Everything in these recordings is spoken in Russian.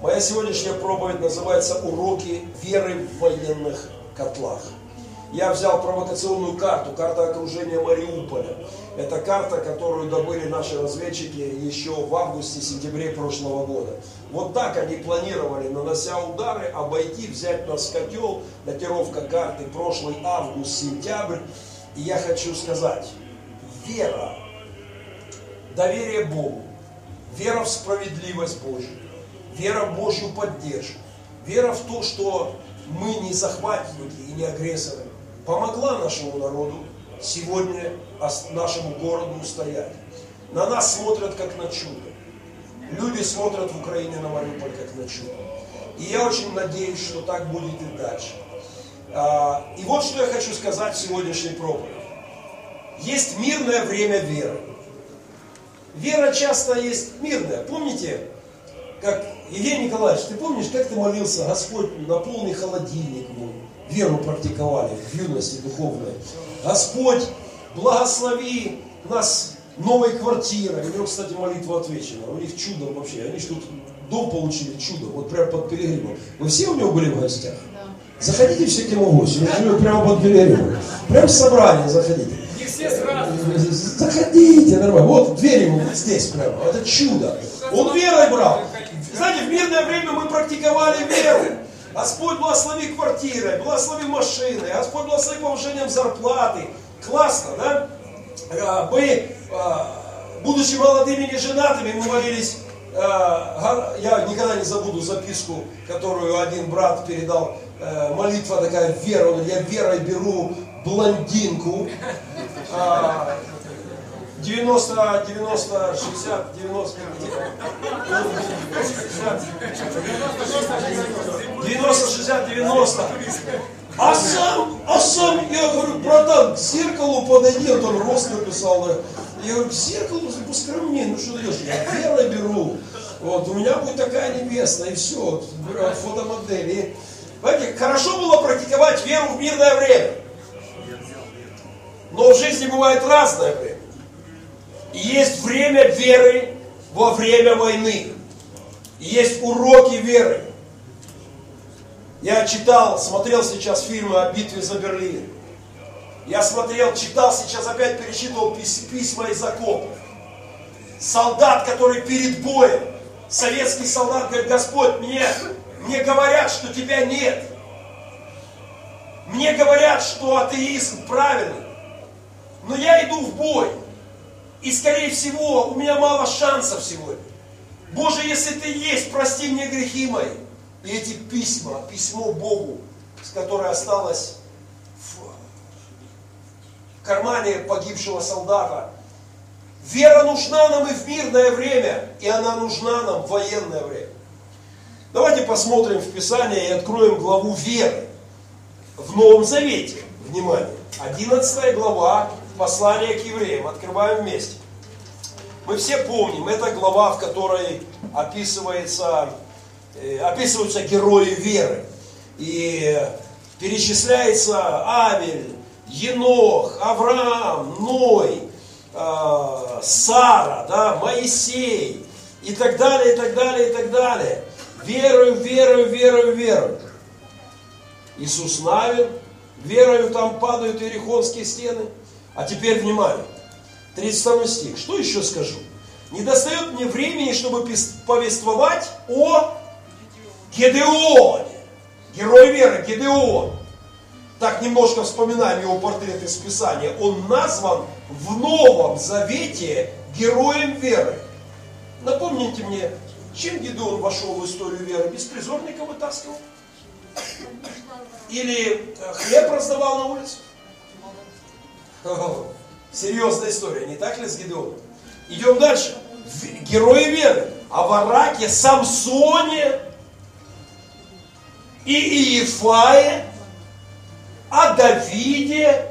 Моя сегодняшняя проповедь называется «Уроки веры в военных котлах». Я взял провокационную карту, карта окружения Мариуполя. Это карта, которую добыли наши разведчики еще в августе-сентябре прошлого года. Вот так они планировали, нанося удары, обойти, взять нас в котел. Датировка карты прошлый август-сентябрь. И я хочу сказать, вера, доверие Богу, вера в справедливость Божью, вера в Божью поддержку, вера в то, что мы не захватники и не агрессоры, помогла нашему народу сегодня, нашему городу устоять. На нас смотрят как на чудо. Люди смотрят в Украине на Мариуполь как на чудо. И я очень надеюсь, что так будет и дальше. И вот что я хочу сказать в сегодняшней проповеди. Есть мирное время веры. Вера часто есть мирная. Помните, как Евгений Николаевич, ты помнишь, как ты молился: Господь, наполни холодильник мой. Веру практиковали в юности духовной. Господь, благослови нас новой квартирой. У него, кстати, молитва отвечена. У них чудо вообще. Они же тут дом получили, чудо. Вот прямо под Пилигримом. Вы все у него были в гостях? Да. Заходите все к нему в гости. Он живет прямо под Пилигримом. Прямо в собрание заходите. Не все сразу. Заходите, нормально. Вот дверь ему здесь прямо. Это чудо. Он верой брал. Знаете, в мирное время мы практиковали веру. Господь, благослови квартирой, благослови машиной, Господь, благослови повышением зарплаты. Классно, да? Мы, будучи молодыми и неженатыми, мы молились, я никогда не забуду записку, которую один брат передал, молитва такая, вера, он говорит: я верой беру блондинку, 90, 60, 90, 60, 90. А сам, я говорю, братан, к зеркалу подойди, он там рост написал. Я говорю, к зеркалу поскромнее, ну что даешь, я верой беру. Вот, у меня будет такая невеста, и все, вот, фотомодель. И, знаете, хорошо было практиковать веру в мирное время. Но в жизни бывает разное время. И есть время веры во время войны. И есть уроки веры. Я смотрел сейчас фильмы о битве за Берлин. Я читал сейчас, опять перечитывал письма из окопов. Солдат, который перед боем, советский солдат говорит: Господь, мне говорят, что тебя нет. Мне говорят, что атеизм правильный. Но я иду в бой. И, скорее всего, у меня мало шансов сегодня. Боже, если Ты есть, прости мне грехи мои. И эти письмо Богу, которое осталось в кармане погибшего солдата. Вера нужна нам и в мирное время, и она нужна нам в военное время. Давайте посмотрим в Писание и откроем главу веры в Новом Завете. Внимание! 11 глава послания к евреям. Открываем вместе. Мы все помним, это глава, в которой описываются герои веры. И перечисляется Авель, Енох, Авраам, Ной, Сара, да, Моисей и так далее, и так далее, и так далее. Верою. Иисус Навин, верою там падают иерихонские стены. А теперь внимание, 32 стих. Что еще скажу? Не достает мне времени, чтобы повествовать о Гедеоне. Герой веры, Гедеон. Так немножко вспоминаем его портрет из Писания. Он назван в Новом Завете героем веры. Напомните мне, чем Гедеон вошел в историю веры? Беспризорников вытаскивал? Или хлеб раздавал на улице? Серьезная история, не так ли, с Гедеоном? Идем дальше. Герои веры. О Вараке, Самсоне и Иефае, о Давиде,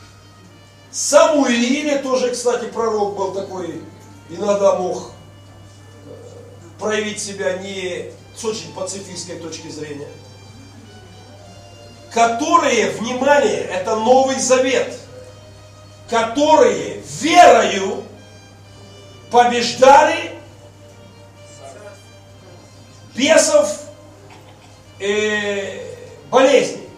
Самуиле, тоже, кстати, пророк был такой, иногда мог проявить себя не с очень пацифистской точки зрения. Которые, внимание, это Новый Завет, которые верою побеждали бесов и болезней?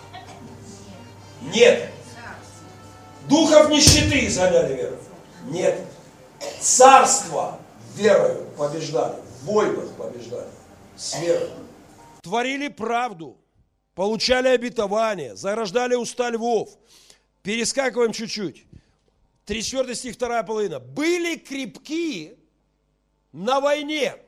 Нет. Духов нищеты изгоняли верою? Нет. Царство верою побеждали, в войнах побеждали, с верой. Творили правду, получали обетование, заграждали уста львов. Перескакиваем чуть-чуть. 34 стих, 2 половина. Были крепки на войне.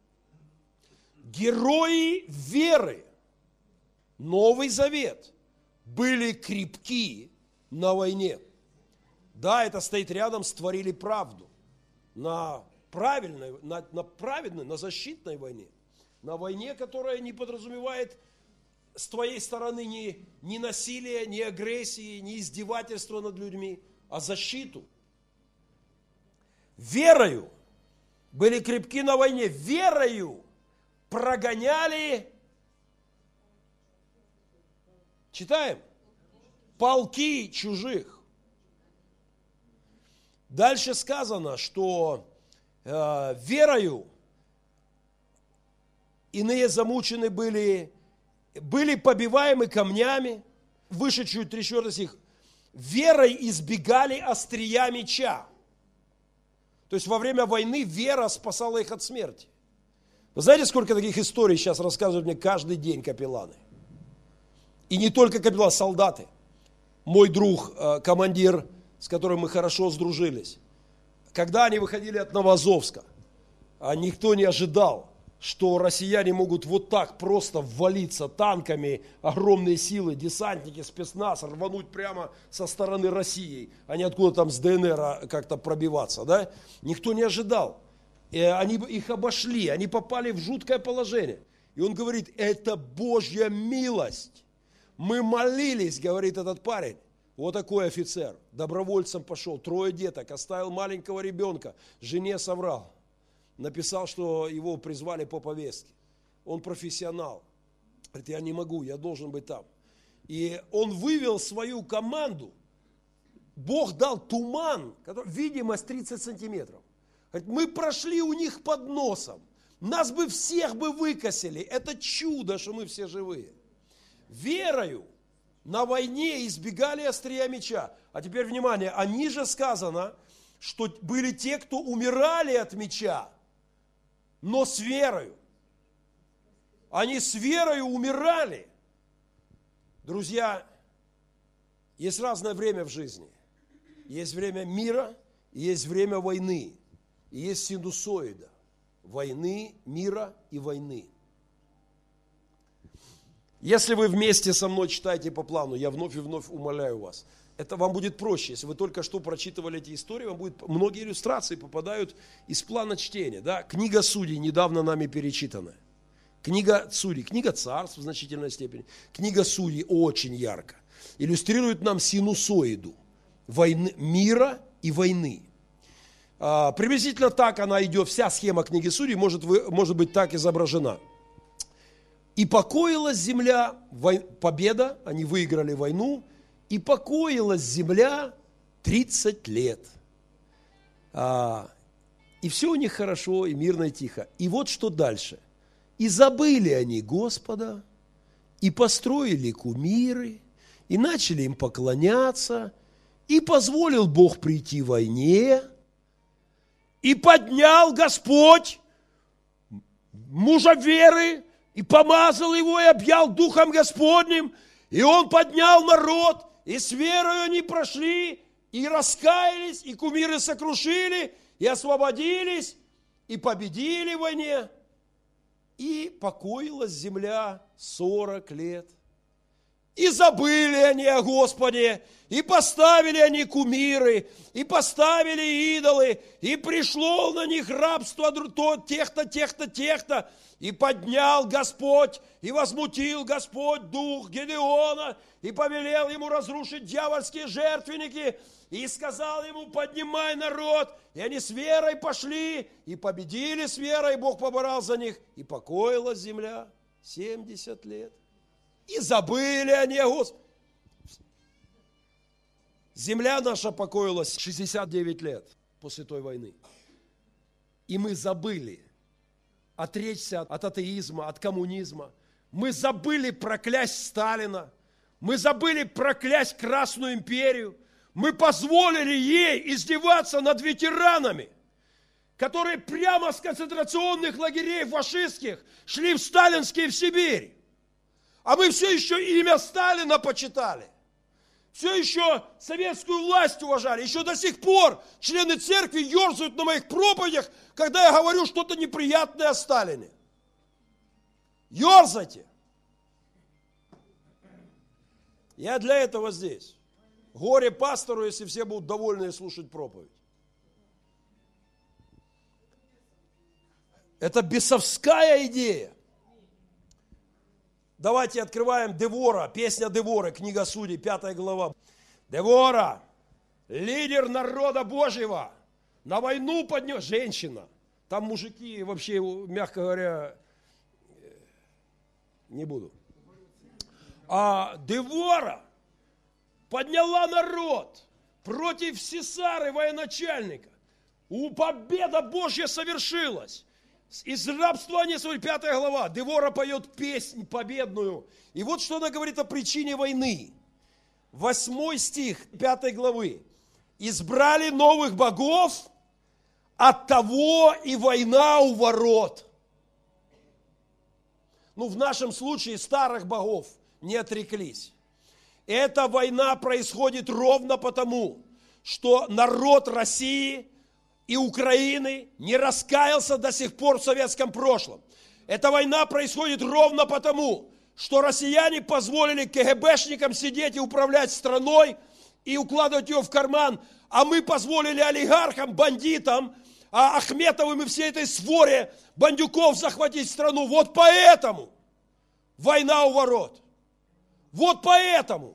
Герои веры. Новый Завет. Были крепки на войне. Да, это стоит рядом с творили правду. На правильной, на праведной, на защитной войне. На войне, которая не подразумевает с твоей стороны ни насилия, ни агрессии, ни издевательства над людьми, а защиту. Верою были крепки на войне. Верою прогоняли, читаем, полки чужих. Дальше сказано, что верою иные замучены были побиваемы камнями, выше чуть 34 стих, верой избегали острия меча. То есть во время войны вера спасала их от смерти. Вы знаете, сколько таких историй сейчас рассказывают мне каждый день капелланы? И не только капелланы, солдаты. Мой друг, командир, с которым мы хорошо сдружились, когда они выходили от Новоазовска, никто не ожидал, что россияне могут вот так просто ввалиться танками, огромные силы, десантники, спецназ, рвануть прямо со стороны России, а не откуда там с ДНР как-то пробиваться, да? Никто не ожидал. И они их обошли, они попали в жуткое положение. И он говорит, это Божья милость. Мы молились, говорит этот парень. Вот такой офицер, добровольцем пошел, 3 деток, оставил маленького ребенка, жене соврал. Написал, что его призвали по повестке. Он профессионал. Говорит, я не могу, я должен быть там. И он вывел свою команду. Бог дал туман, видимость 30 сантиметров. Говорит, мы прошли у них под носом. Нас бы всех бы выкосили. Это чудо, что мы все живые. Верою на войне избегали острия меча. А теперь внимание, о ниже сказано, что были те, кто умирали от меча, но с верою. Они с верою умирали. Друзья, есть разное время в жизни. Есть время мира, и есть время войны. И есть синусоида. Войны, мира и войны. Если вы вместе со мной читаете по плану, я вновь и вновь умоляю вас, это вам будет проще. Если вы только что прочитывали эти истории, вам будет многие иллюстрации попадают из плана чтения. Да? Книга Судей, недавно нами перечитанная. Книга Судей, книга Царств в значительной степени. Книга Судей очень ярко. Иллюстрирует нам синусоиду войны, мира и войны. Приблизительно так она идет, вся схема книги Судей может быть так изображена. И покоилась земля, победа, они выиграли войну, и покоилась земля 30 лет. И все у них хорошо, и мирно, и тихо. И вот что дальше. И забыли они Господа, и построили кумиры, и начали им поклоняться, и позволил Бог прийти войне, и поднял Господь мужа веры, и помазал его, и объял Духом Господним, и он поднял народ, и с верою они прошли, и раскаялись, и кумиры сокрушили, и освободились, и победили в войне. И покоилась земля 40 лет. И забыли они о Господе, и поставили они кумиры, и поставили идолы, и пришло на них рабство тех-то. И поднял Господь, и возмутил Господь дух Гедеона, и повелел ему разрушить дьявольские жертвенники, и сказал ему, поднимай народ. И они с верой пошли, и победили с верой, и Бог поборол за них, и покоилась земля 70 лет. И забыли они о Господе. Земля наша покоилась 69 лет после той войны. И мы забыли отречься от атеизма, от коммунизма. Мы забыли проклясть Сталина. Мы забыли проклясть Красную империю. Мы позволили ей издеваться над ветеранами, которые прямо с концентрационных лагерей фашистских шли в сталинские в Сибирь. А мы все еще имя Сталина почитали. Все еще советскую власть уважали. Еще до сих пор члены церкви ерзают на моих проповедях, когда я говорю что-то неприятное о Сталине. Ерзайте. Я для этого здесь. Горе пастору, если все будут довольны слушать проповедь. Это бесовская идея. Давайте открываем Девора, песня Деворы, книга Судей, 5 глава. Девора, лидер народа Божьего, на войну поднес, женщина. Там мужики вообще, мягко говоря, не буду. А Девора подняла народ против Сесары, военачальника. Победа Божья совершилась. Из рабства они свои, 5 глава. Девора поет песнь победную. И вот что она говорит о причине войны. 8 стих 5 главы. Избрали новых богов, оттого и война у ворот. В нашем случае старых богов не отреклись. Эта война происходит ровно потому, что народ России и Украины не раскаялся до сих пор в советском прошлом. Эта война происходит ровно потому, что россияне позволили КГБшникам сидеть и управлять страной и укладывать ее в карман, а мы позволили олигархам, бандитам, Ахметовым и всей этой своре бандюков захватить страну. Вот поэтому война у ворот. Вот поэтому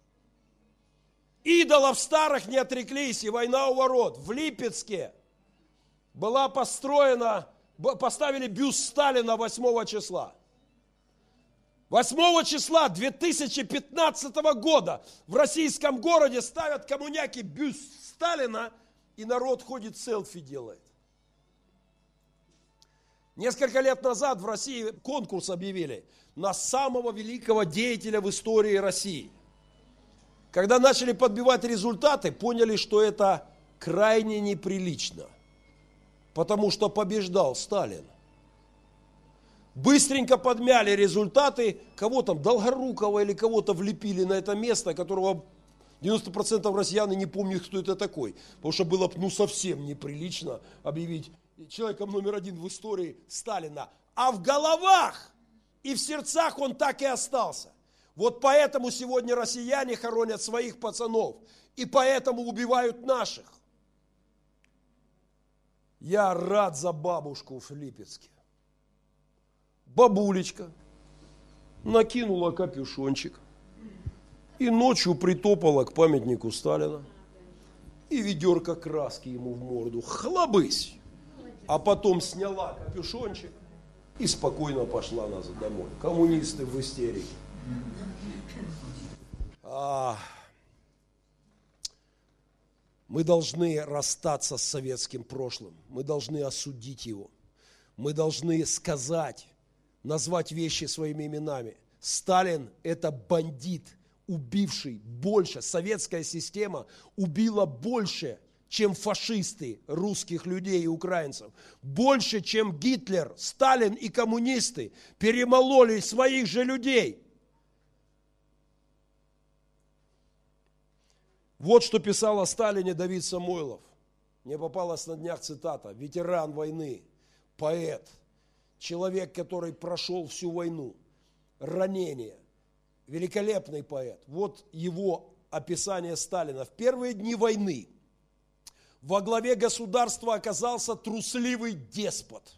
идолов старых не отреклись, и война у ворот. В Липецке была поставили бюст Сталина 8 числа. 8 числа 2015 года в российском городе ставят коммуняки бюст Сталина, и народ ходит, селфи делает. Несколько лет назад в России конкурс объявили на самого великого деятеля в истории России. Когда начали подбивать результаты, поняли, что это крайне неприлично, потому что побеждал Сталин. Быстренько подмяли результаты, кого там, Долгорукова или кого-то влепили на это место, которого 90% россиян и не помнят, кто это такой. Потому что было совсем неприлично объявить человеком номер 1 в истории Сталина. А в головах и в сердцах он так и остался. Вот поэтому сегодня россияне хоронят своих пацанов. И поэтому убивают наших. Я рад за бабушку в Липецке. Бабулечка накинула капюшончик и ночью притопала к памятнику Сталина. И ведерко краски ему в морду. Хлобысь! А потом сняла капюшончик и спокойно пошла назад домой. Коммунисты в истерике. Мы должны расстаться с советским прошлым. Мы должны осудить его. Мы должны сказать, назвать вещи своими именами. Сталин – это бандит, убивший больше. Советская система убила больше, чем фашисты русских людей и украинцев. Больше, чем Гитлер, Сталин и коммунисты перемололи своих же людей. Вот что писал о Сталине Давид Самойлов. Мне попалась на днях цитата. Ветеран войны, поэт, человек, который прошел всю войну, ранения, великолепный поэт. Вот его описание Сталина. В первые дни войны во главе государства оказался трусливый деспот.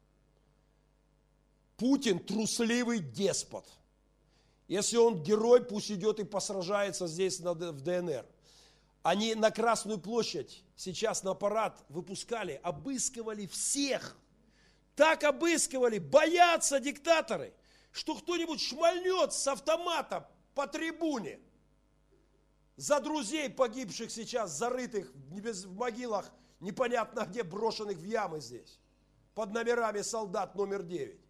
Путин трусливый деспот. Если он герой, пусть идет и посражается здесь в ДНР. Они на Красную площадь сейчас на парад выпускали, обыскивали всех. Так обыскивали, боятся диктаторы, что кто-нибудь шмальнет с автомата по трибуне за друзей погибших сейчас, зарытых в могилах, непонятно где, брошенных в ямы здесь. под номерами солдат номер 9.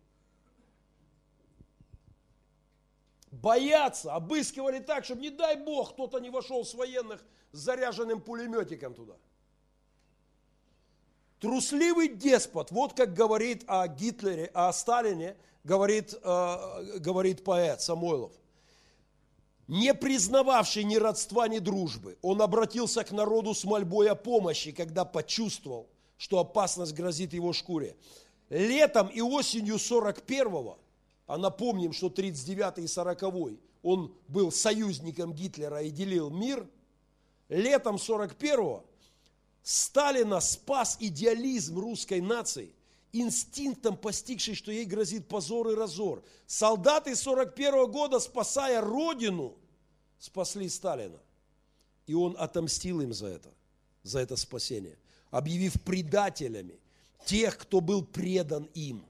Боятся, обыскивали так, чтобы, не дай Бог, кто-то не вошел с военных с заряженным пулеметиком туда. Трусливый деспот, вот как говорит о Гитлере, о Сталине, говорит поэт Самойлов. Не признававший ни родства, ни дружбы, он обратился к народу с мольбой о помощи, когда почувствовал, что опасность грозит его шкуре. Летом и осенью 41-го, а напомним, что 39-й и 40-й, он был союзником Гитлера и делил мир, летом 41-го Сталина спас идеализм русской нации, инстинктом постигший, что ей грозит позор и разор. Солдаты 41-го года, спасая Родину, спасли Сталина. И он отомстил им за это спасение, объявив предателями тех, кто был предан им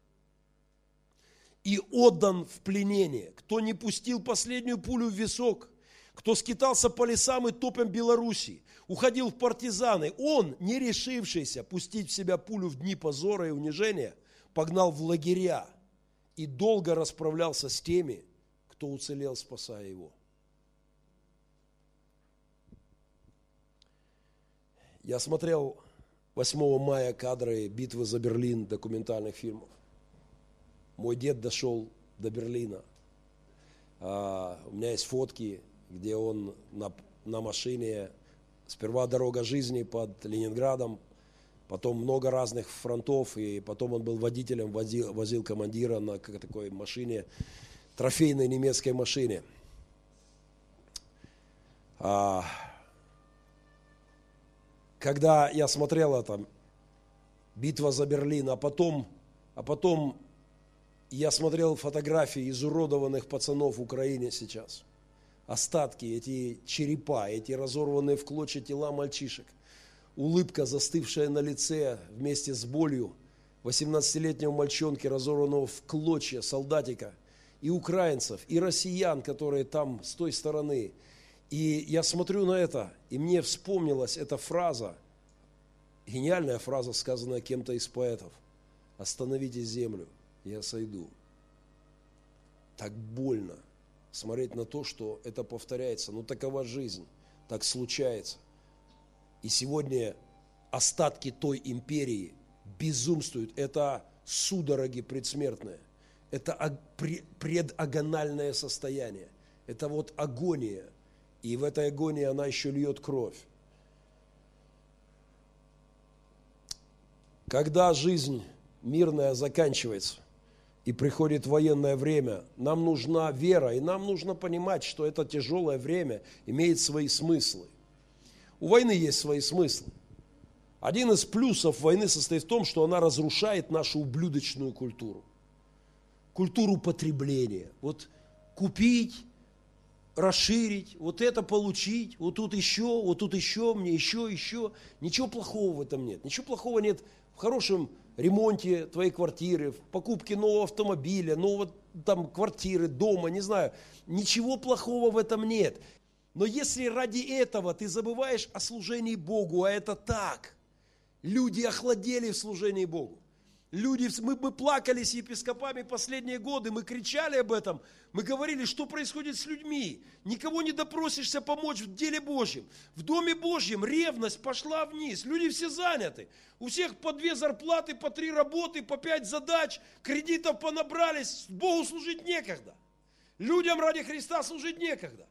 и отдан в пленение, кто не пустил последнюю пулю в висок, кто скитался по лесам и топям Белоруссии, уходил в партизаны. Он, не решившийся пустить в себя пулю в дни позора и унижения, погнал в лагеря и долго расправлялся с теми, кто уцелел, спасая его. Я смотрел 8 мая кадры битвы за Берлин документальных фильмов. Мой дед дошел до Берлина. У меня есть фотки, где он на машине, сперва дорога жизни под Ленинградом, потом много разных фронтов, и потом он был водителем, возил командира на такой машине, трофейной немецкой машине. Когда я смотрел это, битва за Берлин, а потом я смотрел фотографии изуродованных пацанов в Украине сейчас. Остатки, эти черепа, эти разорванные в клочья тела мальчишек. Улыбка, застывшая на лице вместе с болью 18-летнего мальчонки, разорванного в клочья солдатика. И украинцев, и россиян, которые там с той стороны. И я смотрю на это, и мне вспомнилась эта фраза, гениальная фраза, сказанная кем-то из поэтов. «Остановите землю, я сойду». Так больно смотреть на то, что это повторяется. Но такова жизнь, так случается. И сегодня остатки той империи безумствуют. Это судороги предсмертные. Это предагональное состояние. Это вот агония. И в этой агонии она еще льет кровь. Когда жизнь мирная заканчивается и приходит военное время, нам нужна вера, и нам нужно понимать, что это тяжелое время имеет свои смыслы. У войны есть свои смыслы. Один из плюсов войны состоит в том, что она разрушает нашу ублюдочную культуру. Культуру потребления. Вот купить, расширить, вот это получить, вот тут еще, мне еще. Ничего плохого в этом нет. Ничего плохого нет в хорошем ремонте твоей квартиры, в покупке нового автомобиля, нового там квартиры, дома, не знаю. Ничего плохого в этом нет. Но если ради этого ты забываешь о служении Богу, а это так, люди охладели в служении Богу. Мы плакали с епископами последние годы, мы кричали об этом, мы говорили, что происходит с людьми. Никого не допросишься помочь в деле Божьем. В Доме Божьем ревность пошла вниз, люди все заняты. У всех по 2 зарплаты, по 3 работы, по 5 задач, кредитов понабрались, Богу служить некогда. Людям ради Христа служить некогда.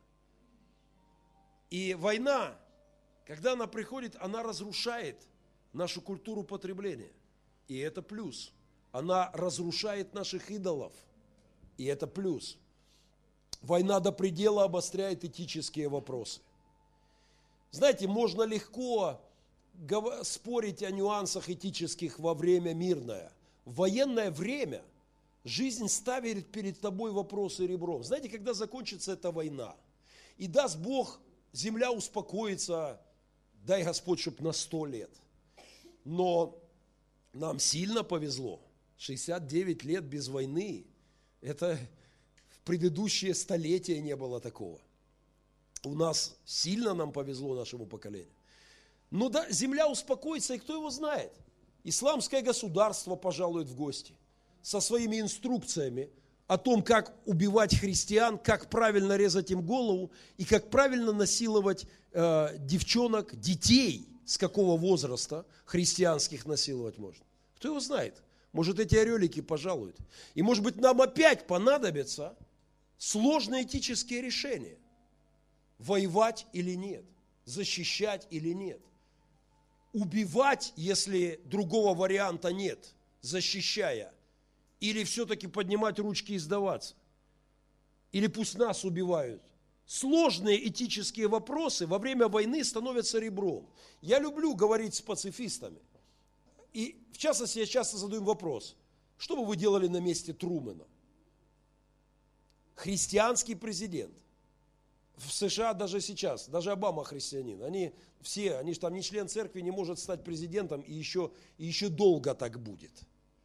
И война, когда она приходит, она разрушает нашу культуру потребления. И это плюс. Она разрушает наших идолов. И это плюс. Война до предела обостряет этические вопросы. Знаете, можно легко спорить о нюансах этических во время мирное. В военное время жизнь ставит перед тобой вопросы ребром. Знаете, когда закончится эта война, и даст Бог, земля успокоится, дай Господь, чтобы на 100 лет. Но нам сильно повезло. 69 лет без войны. Это в предыдущие столетия не было такого. У нас сильно нам повезло, нашему поколению. Но да, земля успокоится, и кто его знает? исламское государство пожалует в гости со своими инструкциями о том, как убивать христиан, как правильно резать им голову и как правильно насиловать девчонок, детей, с какого возраста христианских насиловать можно. Кто его знает? Может, эти орелики пожалуют. И, может быть, нам опять понадобятся сложные этические решения. Воевать или нет, защищать или нет. Убивать, если другого варианта нет, защищая. Или все-таки поднимать ручки и сдаваться. Или пусть нас убивают. Сложные этические вопросы во время войны становятся ребром. Я люблю говорить с пацифистами. И в частности, я часто задаю им вопрос. Что бы вы делали на месте Трумэна? Христианский президент. В США даже сейчас, даже Обама христианин. Они же там не член церкви, не может стать президентом, и еще долго так будет.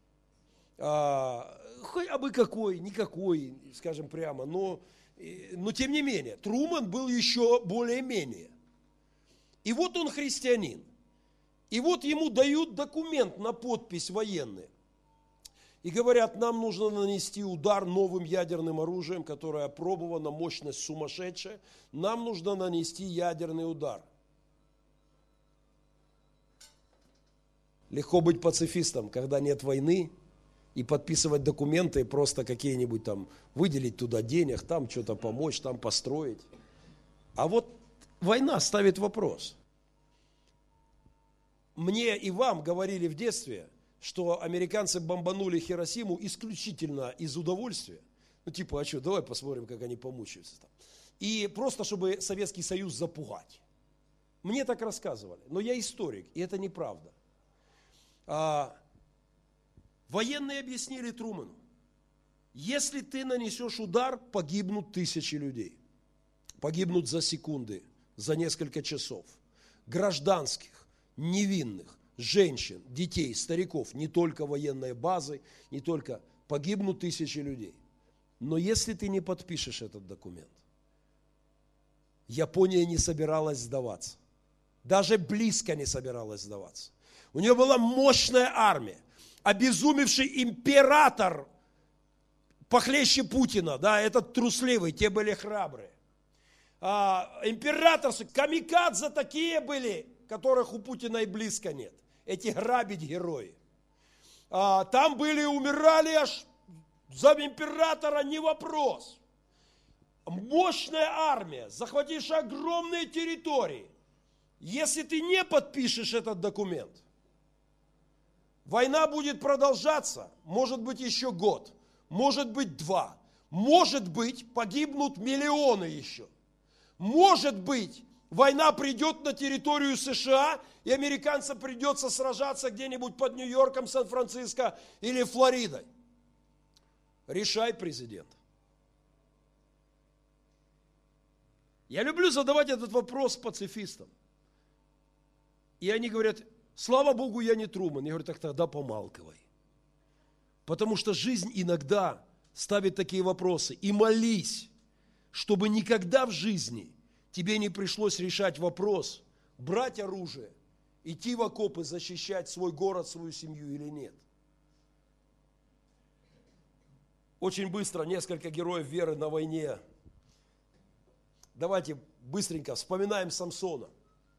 Хоть абы какой, никакой, скажем прямо, но тем не менее, Трумэн был еще более-менее. И вот он христианин. И вот ему дают документ на подпись военный. И говорят, нам нужно нанести удар новым ядерным оружием, которое опробовано, мощность сумасшедшая. Нам нужно нанести ядерный удар. Легко быть пацифистом, когда нет войны, и подписывать документы, просто какие-нибудь там, выделить туда денег, там что-то помочь, там построить. А вот война ставит вопрос. Мне и вам говорили в детстве, что американцы бомбанули Хиросиму исключительно из удовольствия. Ну типа, а что, давай посмотрим, как они помучаются там. И просто, чтобы Советский Союз запугать. Мне так рассказывали, но я историк, и это неправда. Военные объяснили Трумэну, если ты нанесешь удар, погибнут тысячи людей. Погибнут за секунды, за несколько часов. Гражданских, невинных, женщин, детей, стариков, не только военные базы, не только погибнут тысячи людей. Но если ты не подпишешь этот документ, Япония не собиралась сдаваться. Даже близко не собиралась сдаваться. У нее была мощная армия. Обезумевший император, похлеще Путина, да, этот трусливый, те были храбрые. Императорцы, камикадзе такие были, которых у Путина и близко нет. Эти грабить герои. Там были, умирали аж за императора, не вопрос. Мощная армия, захватившая огромные территории. Если ты не подпишешь этот документ, война будет продолжаться, может быть, еще год, может быть, 2, может быть, погибнут миллионы еще. Может быть, война придет на территорию США, и американцам придется сражаться где-нибудь под Нью-Йорком, Сан-Франциско или Флоридой. Решай, президент. Я люблю задавать этот вопрос пацифистам. И они говорят, слава Богу, я не Трумэн. Я говорю, так тогда помалкивай. Потому что жизнь иногда ставит такие вопросы. И молись, чтобы никогда в жизни тебе не пришлось решать вопрос, брать оружие, идти в окопы, защищать свой город, свою семью или нет. Очень быстро несколько героев веры на войне. Давайте быстренько вспоминаем Самсона.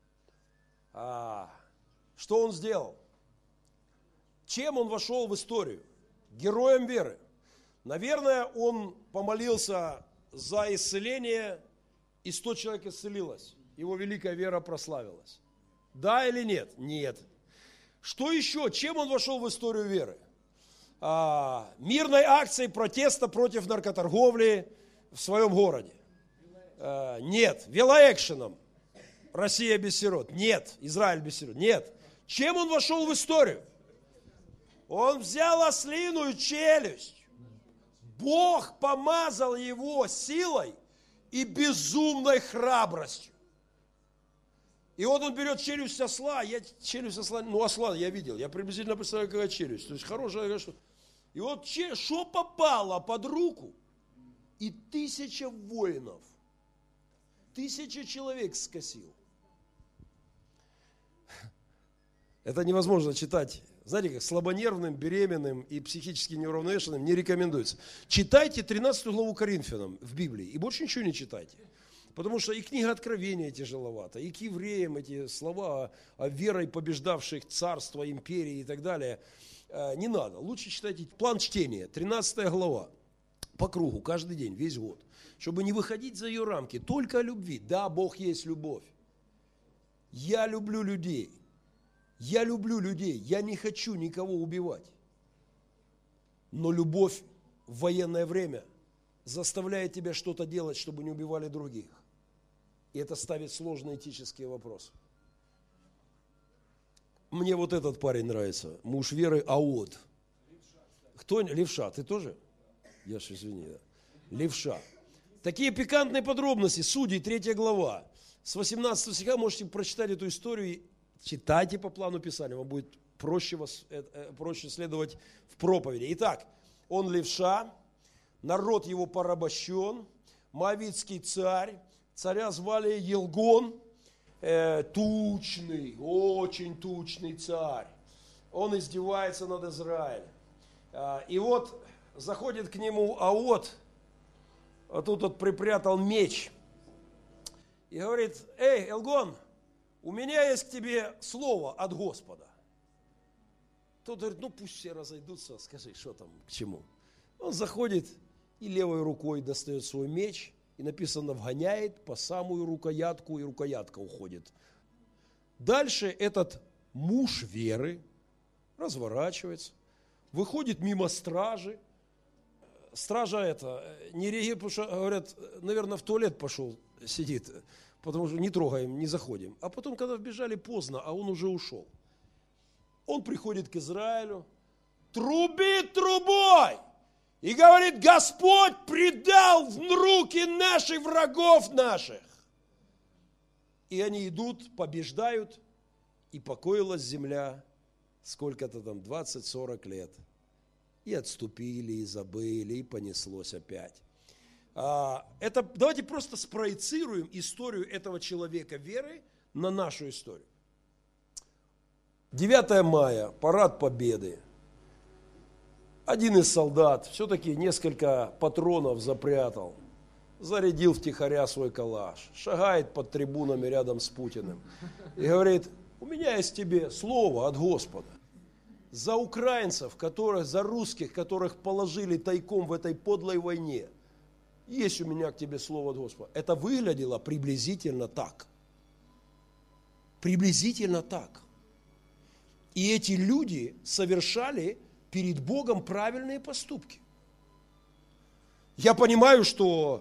Что он сделал? Чем он вошел в историю? Героем веры. Наверное, он помолился за исцеление, и 100 человек исцелилось. Его великая вера прославилась. Да или нет? Нет. Что еще? Чем он вошел в историю веры? Мирной акцией протеста против наркоторговли в своем городе. Нет. Велоэкшеном. Россия без сирот. Нет. Израиль без сирот. Нет. Чем он вошел в историю? Он взял ослиную челюсть. Бог помазал его силой и безумной храбростью. И вот он берет челюсть осла, осла я видел, я приблизительно представляю, какая челюсть. То есть хорошая, что. И вот что попало под руку? И 1000 воинов, 1000 человек скосил. Это невозможно читать знаете, как слабонервным, беременным и психически неуравновешенным не рекомендуется. Читайте 13 главу Коринфянам в Библии и больше ничего не читайте. Потому что и книга Откровения тяжеловата, и к евреям эти слова о верой побеждавших царства, империи и так далее не надо. Лучше читайте план чтения, 13 глава, по кругу, каждый день, весь год. Чтобы не выходить за ее рамки, только о любви. Да, Бог есть любовь. Я люблю людей. Я люблю людей. Я не хочу никого убивать. Но любовь в военное время заставляет тебя что-то делать, чтобы не убивали других. И это ставит сложные этические вопросы. Мне вот этот парень нравится. Муж Веры Аод. Кто? Левша. Ты тоже? Я ж извини. Да. Левша. Такие пикантные подробности. Судей, 3 глава. С 18 стиха можете прочитать эту историю. Читайте по плану Писания. Вам будет проще следовать в проповеди. Итак, он левша. Народ его порабощен. Моавитский царь. Царя звали Елгон. Тучный, очень тучный царь. Он издевается над Израилем. И вот заходит к нему Аод, а тут он припрятал меч. И говорит: эй, Елгон, у меня есть к тебе слово от Господа. Тот говорит: ну пусть все разойдутся, скажи, что там, к чему. Он заходит и левой рукой достает свой меч. И написано: вгоняет по самую рукоятку, и рукоятка уходит. Дальше этот муж веры разворачивается, выходит мимо стражи. Стража не реагирует, потому что, говорят, наверное, в туалет пошел, сидит, потому что не трогаем, не заходим. А потом, когда вбежали, поздно, а он уже ушел. Он приходит к Израилю, трубит трубой. И говорит: Господь предал в руки наших врагов наших. И они идут, побеждают, и покоилась земля сколько-то там, 20-40 лет. И отступили, и забыли, и понеслось опять. Давайте просто спроецируем историю этого человека веры на нашу историю. 9 мая, парад Победы. Один из солдат все-таки несколько патронов запрятал, зарядил втихаря свой калаш, шагает под трибунами рядом с Путиным и говорит: у меня есть тебе слово от Господа. За украинцев, за русских, которых положили тайком в этой подлой войне, есть у меня к тебе слово от Господа. Это выглядело приблизительно так. Приблизительно так. И эти люди совершали перед Богом правильные поступки. Я понимаю, что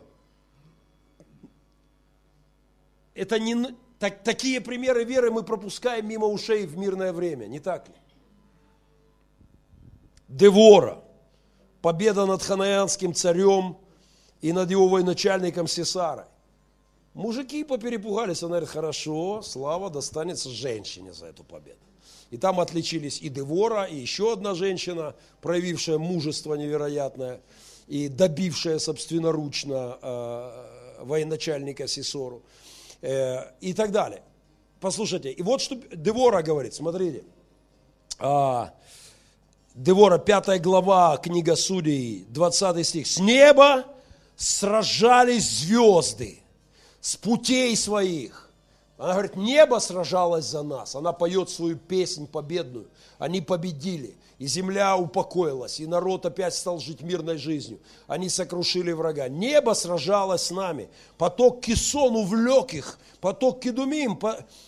это не такие примеры веры мы пропускаем мимо ушей в мирное время, не так ли? Девора, победа над ханаанским царем и над его военачальником Сисарой. Мужики поперепугались, она говорит: хорошо, слава достанется женщине за эту победу. И там отличились и Девора, и еще одна женщина, проявившая мужество невероятное и добившая собственноручно военачальника Сисору и так далее. Послушайте, и вот что Девора говорит, смотрите. Девора, 5 глава, книга Судей, 20 стих. «С неба сражались звезды, с путей своих». Она говорит: небо сражалось за нас. Она поет свою песнь победную. Они победили. И земля упокоилась. И народ опять стал жить мирной жизнью. Они сокрушили врага. Небо сражалось с нами. Поток Кисон увлек их. Поток Кедумим.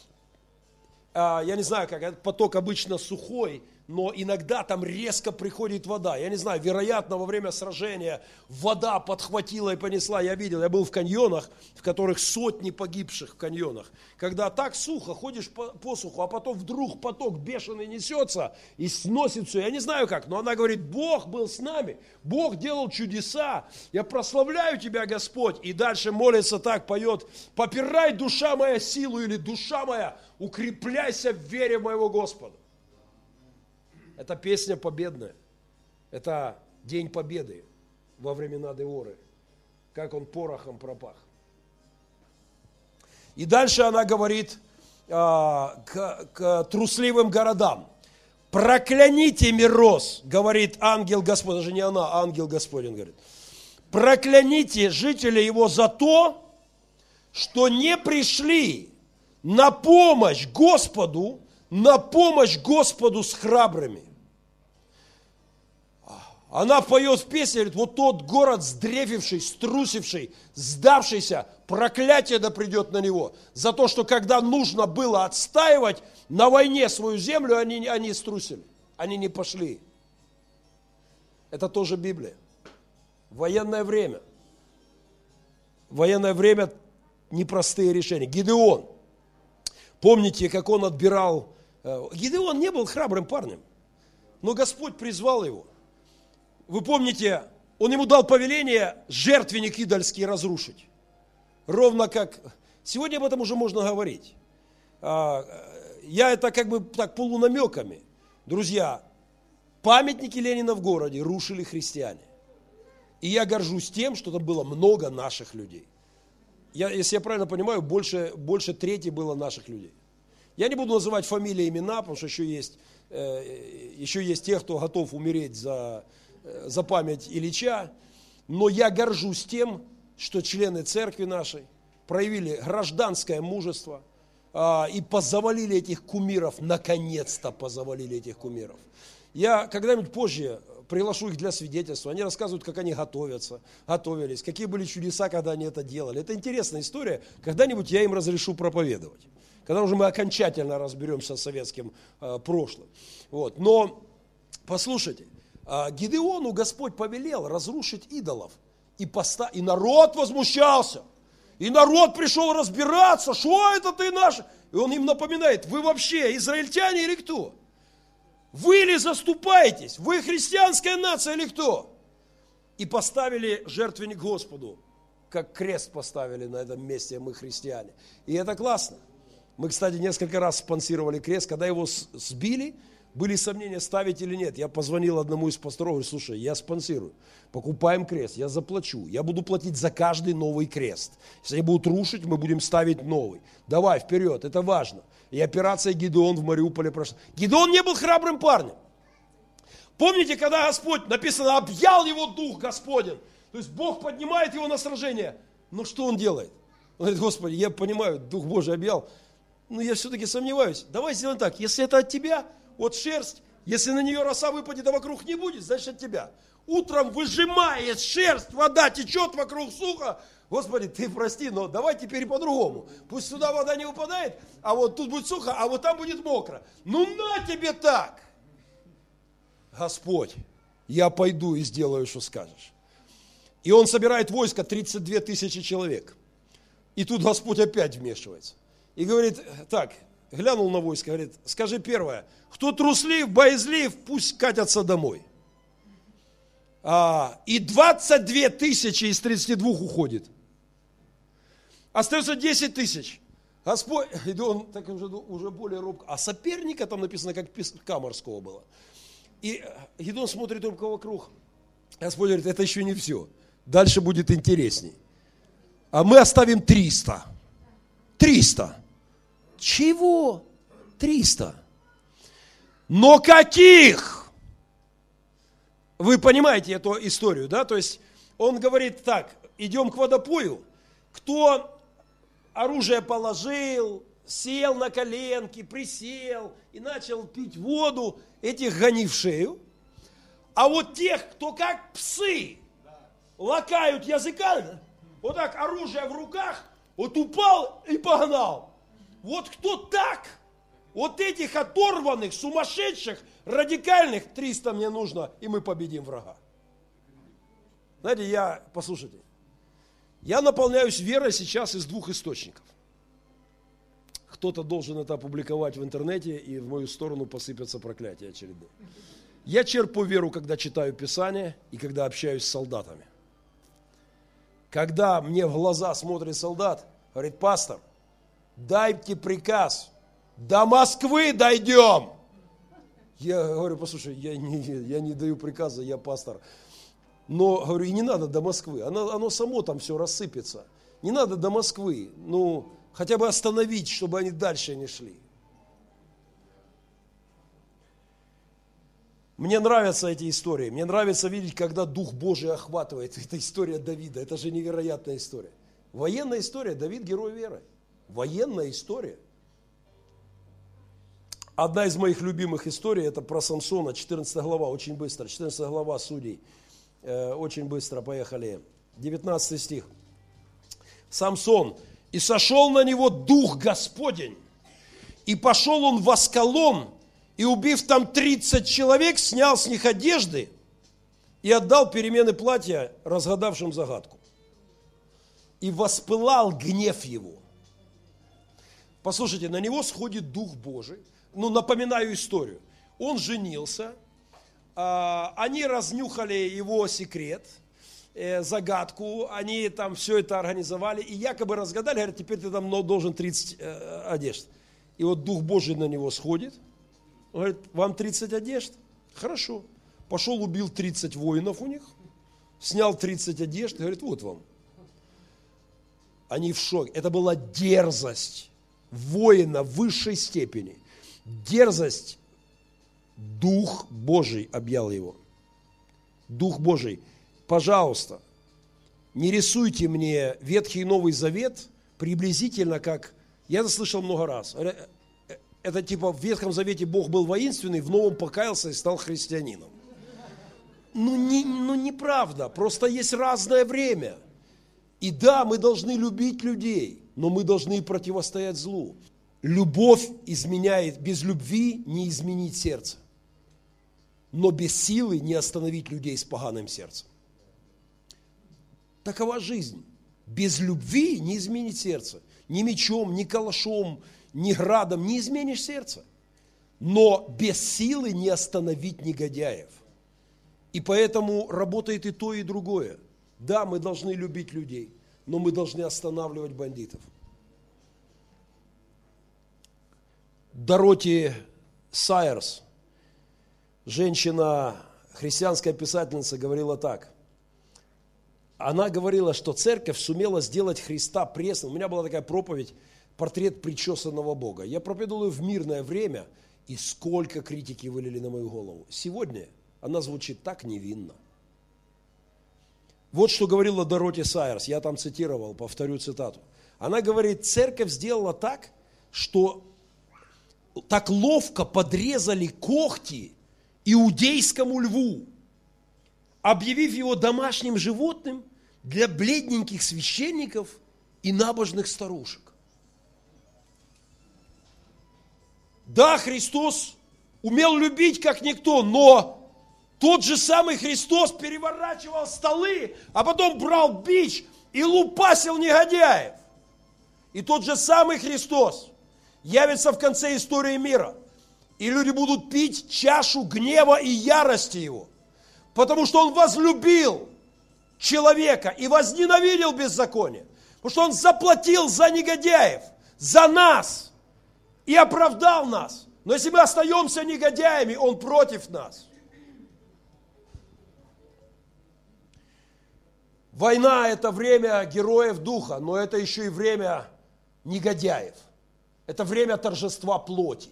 Я не знаю, как этот поток обычно сухой, но иногда там резко приходит вода. Я не знаю, вероятно, во время сражения вода подхватила и понесла. Я видел, я был в каньонах, в которых сотни погибших в каньонах. Когда так сухо, ходишь по суху, а потом вдруг поток бешеный несется и сносит все. Я не знаю как, но она говорит: Бог был с нами, Бог делал чудеса. Я прославляю Тебя, Господь. И дальше молится так, поет: попирай, душа моя, силу, или душа моя, укрепляйся в вере моего Господа. Это песня победная. Это день победы во времена Деворы. Как он порохом пропах. И дальше она говорит к трусливым городам. Прокляните Мирос, говорит ангел Господень, даже не она, а ангел Господень говорит. Прокляните жителей его за то, что не пришли на помощь Господу с храбрыми. Она поет в песне, говорит, вот тот город сдрефивший, струсивший, сдавшийся, проклятие да придет на него. За то, что когда нужно было отстаивать на войне свою землю, они струсили, они не пошли. Это тоже Библия. Военное время. Военное время непростые решения. Гидеон. Помните, как он отбирал... Гидеон не был храбрым парнем, но Господь призвал его. Вы помните, он ему дал повеление жертвенник идольский разрушить. Ровно как... Сегодня об этом уже можно говорить. Я это как бы так полунамеками. Друзья, памятники Ленина в городе рушили христиане. И я горжусь тем, что там было много наших людей. Если я правильно понимаю, больше трети было наших людей. Я не буду называть фамилии, имена, потому что еще есть те, кто готов умереть за память Ильича. Но я горжусь тем, что члены церкви нашей проявили гражданское мужество и позавалили этих кумиров, наконец-то позавалили этих кумиров. Я когда-нибудь позже приглашу их для свидетельства. Они рассказывают, как они готовились, какие были чудеса, когда они это делали. Это интересная история. Когда-нибудь я им разрешу проповедовать. Когда уже мы окончательно разберемся с советским прошлым. Вот. Но, послушайте, Гидеону Господь повелел разрушить идолов. И народ возмущался. И народ пришел разбираться, что это ты наш. И он им напоминает, вы вообще израильтяне или кто? Вы ли заступаетесь? Вы христианская нация или кто? И поставили жертвенник Господу, как крест поставили на этом месте мы христиане. И это классно. Мы, кстати, несколько раз спонсировали крест. Когда его сбили, были сомнения, ставить или нет. Я позвонил одному из пасторов, говорю, слушай, я спонсирую. Покупаем крест, я заплачу. Я буду платить за каждый новый крест. Если они будут рушить, мы будем ставить новый. Давай, вперед, это важно. И операция Гидеон в Мариуполе прошла. Гидеон не был храбрым парнем. Помните, когда Господь, написано, объял его дух Господень. То есть Бог поднимает его на сражение. Но что он делает? Он говорит, Господи, я понимаю, Дух Божий объял. Но я все-таки сомневаюсь. Давай сделаем так, если это от тебя, вот шерсть, если на нее роса выпадет, а вокруг не будет, значит от тебя. Утром выжимает шерсть, вода течет вокруг сухо. Господи, ты прости, но давай теперь по-другому. Пусть сюда вода не упадает, а вот тут будет сухо, а вот там будет мокро. Ну на тебе так! Господь, я пойду и сделаю, что скажешь. И он собирает войско 32 тысячи человек. И тут Господь опять вмешивается. И говорит, так, глянул на войско, говорит, скажи первое, кто труслив, боязлив, пусть катятся домой. И 22 тысячи из 32 уходит. Остается 10 тысяч. Господь, и он так уже более робко. А соперника там написано, как песка морского было. И Гидеон смотрит только вокруг. Господь говорит, это еще не все. Дальше будет интересней. А мы оставим 300. 300. Чего? 300. Но каких? Вы понимаете эту историю, да? То есть он говорит так, идем к водопою. Кто оружие положил, сел на коленки, присел и начал пить воду, этих гони в шею. А вот тех, кто как псы лакают языками, вот так оружие в руках, вот упал и погнал. Вот кто так, вот этих оторванных, сумасшедших, радикальных 300 мне нужно, и мы победим врага. Знаете, послушайте, я наполняюсь верой сейчас из двух источников. Кто-то должен это опубликовать в интернете, и в мою сторону посыпятся проклятия очередные. Я черпаю веру, когда читаю Писание и когда общаюсь с солдатами. Когда мне в глаза смотрит солдат, говорит, пастор, дайте приказ, до Москвы дойдем. Я говорю, послушай, я не даю приказа, я пастор. Но, говорю, и не надо до Москвы, оно само там все рассыпется. Не надо до Москвы, хотя бы остановить, чтобы они дальше не шли. Мне нравятся эти истории. Мне нравится видеть, когда Дух Божий охватывает. Это история Давида. Это же невероятная история. Военная история. Давид – герой веры. Военная история. Одна из моих любимых историй – это про Самсона, 14 глава, очень быстро. 14 глава Судей. Очень быстро, поехали. 19 стих. Самсон. «И сошел на него Дух Господень, и пошел он в Аскалон, и, убив там 30 человек, снял с них одежды и отдал перемены платья разгадавшим загадку. И воспылал гнев его». Послушайте, на него сходит Дух Божий. Напоминаю историю. Он женился, они разнюхали его секрет, загадку, они там все это организовали и якобы разгадали, говорят, теперь ты там должен 30 одежд. И вот Дух Божий на него сходит, он говорит, вам 30 одежд? Хорошо. Пошел, убил 30 воинов у них, снял 30 одежд, и говорит, вот вам. Они в шоке. Это была дерзость воина высшей степени. Дерзость. Дух Божий объял его. Дух Божий. Пожалуйста, не рисуйте мне Ветхий и Новый Завет приблизительно как... Я это слышал много раз. Это типа в Ветхом Завете Бог был воинственный, в Новом покаялся и стал христианином. Неправда. Просто есть разное время. И да, мы должны любить людей, но мы должны противостоять злу. Любовь изменяет, без любви не изменить сердце. Но без силы не остановить людей с поганым сердцем. Такова жизнь. Без любви не изменить сердце. Ни мечом, ни калашом, ни градом не изменишь сердце. Но без силы не остановить негодяев. И поэтому работает и то, и другое. Да, мы должны любить людей, но мы должны останавливать бандитов. Дороти Сайерс, женщина, христианская писательница, говорила так. Она говорила, что церковь сумела сделать Христа пресным. У меня была такая проповедь, портрет причесанного Бога. Я проповедую в мирное время, и сколько критики вылили на мою голову. Сегодня она звучит так невинно. Вот что говорила Дороти Сайерс, я там цитировал, повторю цитату. Она говорит, церковь сделала так, что так ловко подрезали когти иудейскому льву, объявив его домашним животным для бледненьких священников и набожных старушек. Да, Христос умел любить как никто, но тот же самый Христос переворачивал столы, а потом брал бич и лупасил негодяев. И тот же самый Христос явится в конце истории мира, и люди будут пить чашу гнева и ярости Его, потому что Он возлюбил человека и возненавидел беззаконие, потому что Он заплатил за негодяев, за нас и оправдал нас. Но если мы остаемся негодяями, Он против нас. Война – это время героев духа, но это еще и время негодяев. Это время торжества плоти.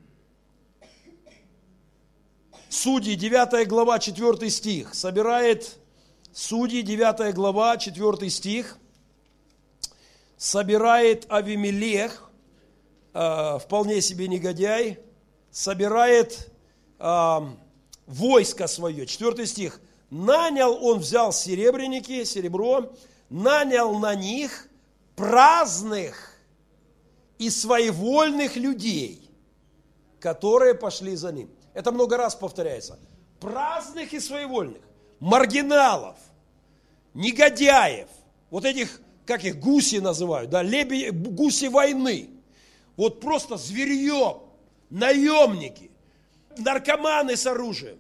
Судьи, 9 глава, 4 стих. Судьи, 9 глава, 4 стих. Собирает Авимелех, вполне себе негодяй, собирает войско свое. 4 стих. Взял серебро, нанял на них праздных и своевольных людей, которые пошли за ним. Это много раз повторяется. Праздных и своевольных, маргиналов, негодяев, вот этих, как их, гуси называют, да, гуси войны. Вот просто зверье, наемники, наркоманы с оружием.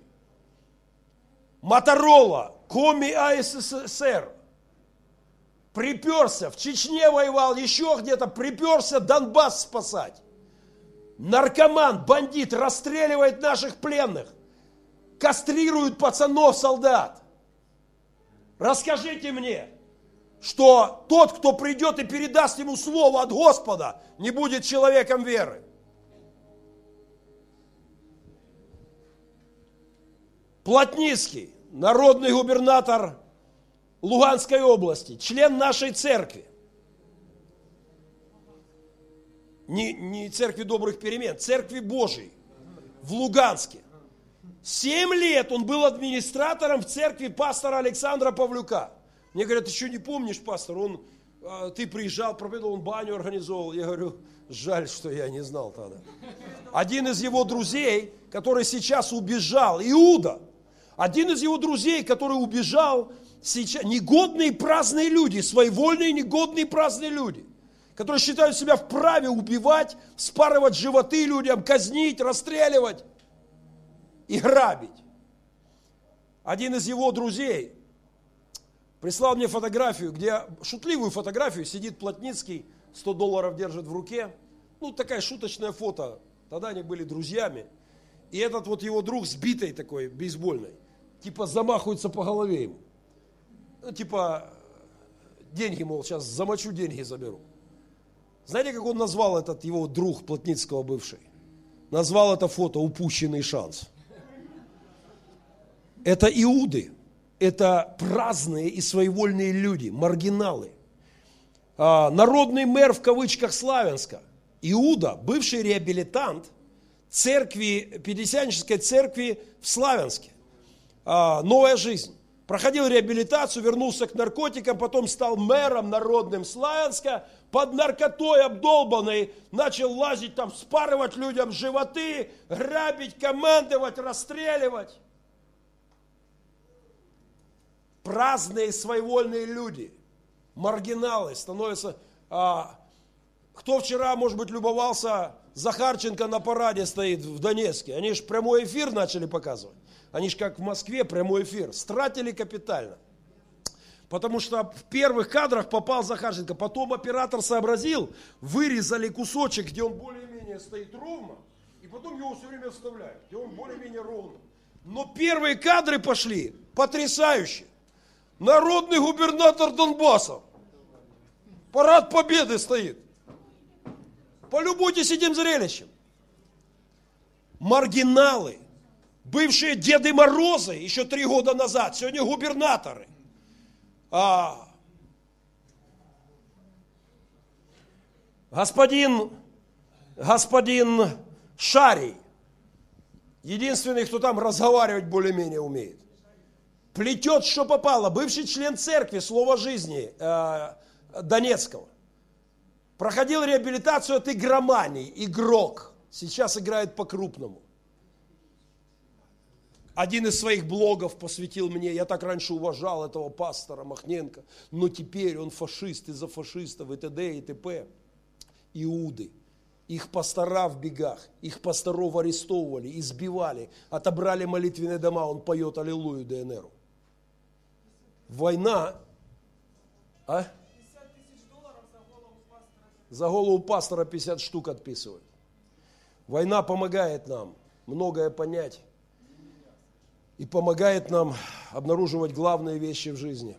Моторола, Коми АССР, приперся, в Чечне воевал, еще где-то приперся Донбасс спасать. Наркоман, бандит, расстреливает наших пленных, кастрирует пацанов, солдат. Расскажите мне, что тот, кто придет и передаст ему слово от Господа, не будет человеком веры. Плотницкий, народный губернатор Луганской области, член нашей церкви. Не церкви добрых перемен, церкви Божией в Луганске. 7 лет он был администратором в церкви пастора Александра Павлюка. Мне говорят, ты что не помнишь, пастор, ты приезжал, проповедовал, он баню организовал. Я говорю, жаль, что я не знал тогда. Один из его друзей, который сейчас убежал, Иуда, один из его друзей, который убежал, сейчас, негодные праздные люди, своевольные негодные праздные люди, которые считают себя вправе убивать, вспарывать животы людям, казнить, расстреливать и грабить. Один из его друзей прислал мне фотографию, шутливую фотографию, сидит Плотницкий, $100 держит в руке. Такая шуточная фото. Тогда они были друзьями. И этот вот его друг сбитый такой, бейсбольный, замахивается по голове ему. Деньги, мол, сейчас замочу, деньги заберу. Знаете, как он назвал этот его друг Плотницкого бывший? Назвал это фото «Упущенный шанс». Это иуды, это праздные и своевольные люди, маргиналы. Народный мэр в кавычках Славянска, Иуда, бывший реабилитант церкви, Пятидесятнической церкви в Славянске. Новая жизнь. Проходил реабилитацию, вернулся к наркотикам, потом стал мэром народным Славянска, под наркотой обдолбанный, начал лазить там, вспарывать людям животы, грабить, командовать, расстреливать. Праздные своевольные люди, маргиналы становятся... Кто вчера, может быть, любовался, Захарченко на параде стоит в Донецке, они же прямой эфир начали показывать. Они же как в Москве прямой эфир, стратили капитально. Потому что в первых кадрах попал Захарченко, потом оператор сообразил, вырезали кусочек, где он более-менее стоит ровно, и потом его все время вставляют, где он более-менее ровно. Но первые кадры пошли потрясающие. Народный губернатор Донбасса. Парад Победы стоит. Полюбуйтесь этим зрелищем. Маргиналы, бывшие Деды Морозы еще 3 года назад, сегодня губернаторы. Господин Шарий, единственный, кто там разговаривать более-менее умеет, плетет, что попало, бывший член церкви Слова жизни Донецкого. Проходил реабилитацию от игромании, игрок. Сейчас играет по-крупному. Один из своих блогов посвятил мне, я так раньше уважал этого пастора Махненко, но теперь он фашист из-за фашистов и т.д. и т.п. Иуды. Их пастора в бегах, их пасторов арестовывали, избивали, отобрали молитвенные дома, он поет аллилуйю ДНРу. Война, За голову пастора 50 штук отписывают. Война помогает нам многое понять и помогает нам обнаруживать главные вещи в жизни.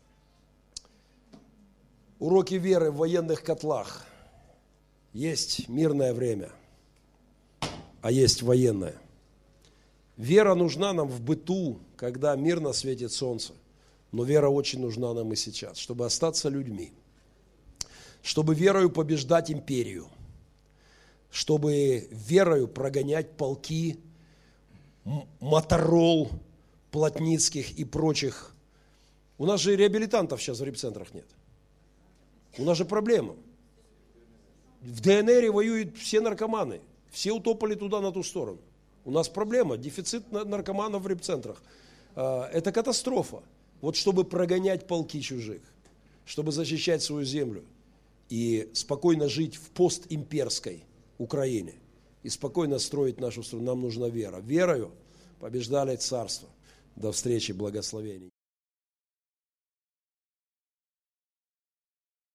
Уроки веры в военных котлах. Есть мирное время, а есть военное. Вера нужна нам в быту, когда мирно светит солнце. Но вера очень нужна нам и сейчас, чтобы остаться людьми. Чтобы верою побеждать империю, чтобы верою прогонять полки Моторол, Плотницких и прочих. У нас же реабилитантов сейчас в репцентрах нет. У нас же проблема. В ДНР воюют все наркоманы, все утопали туда, на ту сторону. У нас проблема, дефицит наркоманов в репцентрах. Это катастрофа. Вот чтобы прогонять полки чужих, чтобы защищать свою землю и спокойно жить в постимперской Украине и спокойно строить нашу страну, нам нужна вера. Верою побеждали царство. До встречи, благословений.